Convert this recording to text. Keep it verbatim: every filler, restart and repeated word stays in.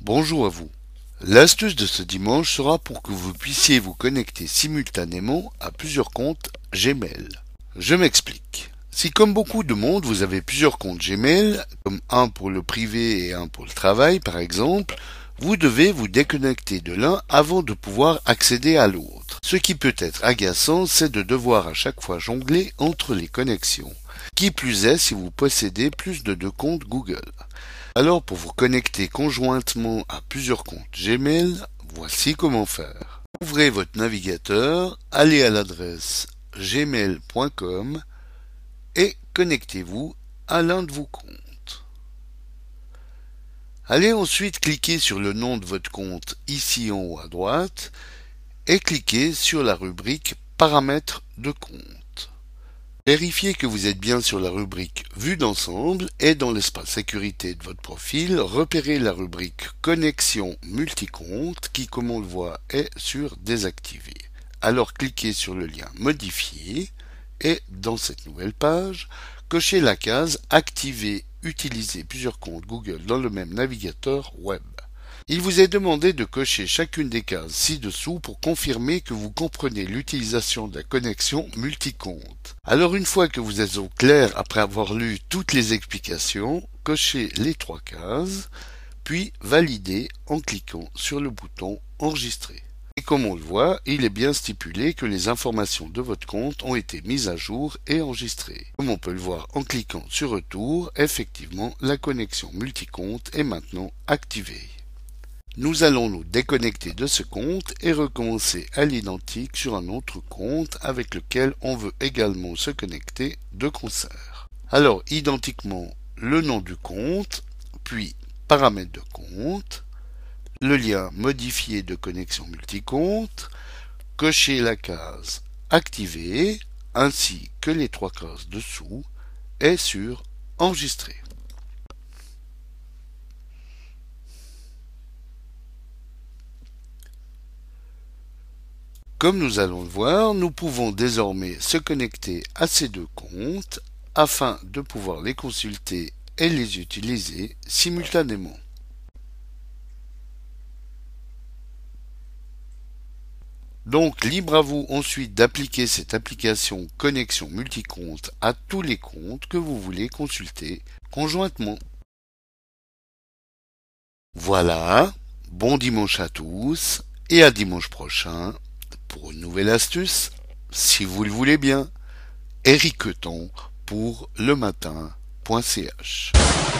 Bonjour à vous. L'astuce de ce dimanche sera pour que vous puissiez vous connecter simultanément à plusieurs comptes Gmail. Je m'explique. Si comme beaucoup de monde vous avez plusieurs comptes Gmail, comme un pour le privé et un pour le travail par exemple, vous devez vous déconnecter de l'un avant de pouvoir accéder à l'autre. Ce qui peut être agaçant, c'est de devoir à chaque fois jongler entre les connexions. Qui plus est si vous possédez plus de deux comptes Google. Alors pour vous connecter conjointement à plusieurs comptes Gmail, voici comment faire. Ouvrez votre navigateur, allez à l'adresse gmail point com et connectez-vous à l'un de vos comptes. Allez ensuite cliquer sur le nom de votre compte ici en haut à droite et cliquez sur la rubrique Paramètres de compte. Vérifiez que vous êtes bien sur la rubrique Vue d'ensemble et dans l'espace sécurité de votre profil, repérez la rubrique Connexion multicompte qui, comme on le voit, est sur Désactiver. Alors cliquez sur le lien Modifier et dans cette nouvelle page, cochez la case Activer, utiliser plusieurs comptes Google dans le même navigateur web. Il vous est demandé de cocher chacune des cases ci-dessous pour confirmer que vous comprenez l'utilisation de la connexion multicompte. Alors une fois que vous êtes au clair après avoir lu toutes les explications, cochez les trois cases, puis validez en cliquant sur le bouton Enregistrer. Et comme on le voit, il est bien stipulé que les informations de votre compte ont été mises à jour et enregistrées. Comme on peut le voir en cliquant sur Retour, effectivement, la connexion multicompte est maintenant activée. Nous allons nous déconnecter de ce compte et recommencer à l'identique sur un autre compte avec lequel on veut également se connecter de concert. Alors, identiquement, le nom du compte, puis paramètres de compte, le lien modifié de connexion multicompte, cocher la case Activer, ainsi que les trois cases dessous, et sur Enregistrer. Comme nous allons le voir, nous pouvons désormais se connecter à ces deux comptes afin de pouvoir les consulter et les utiliser simultanément. Donc, libre à vous ensuite d'appliquer cette application Connexion Multicompte à tous les comptes que vous voulez consulter conjointement. Voilà, bon dimanche à tous et à dimanche prochain pour une nouvelle astuce, si vous le voulez bien. Éric Queton pour le matin point c h.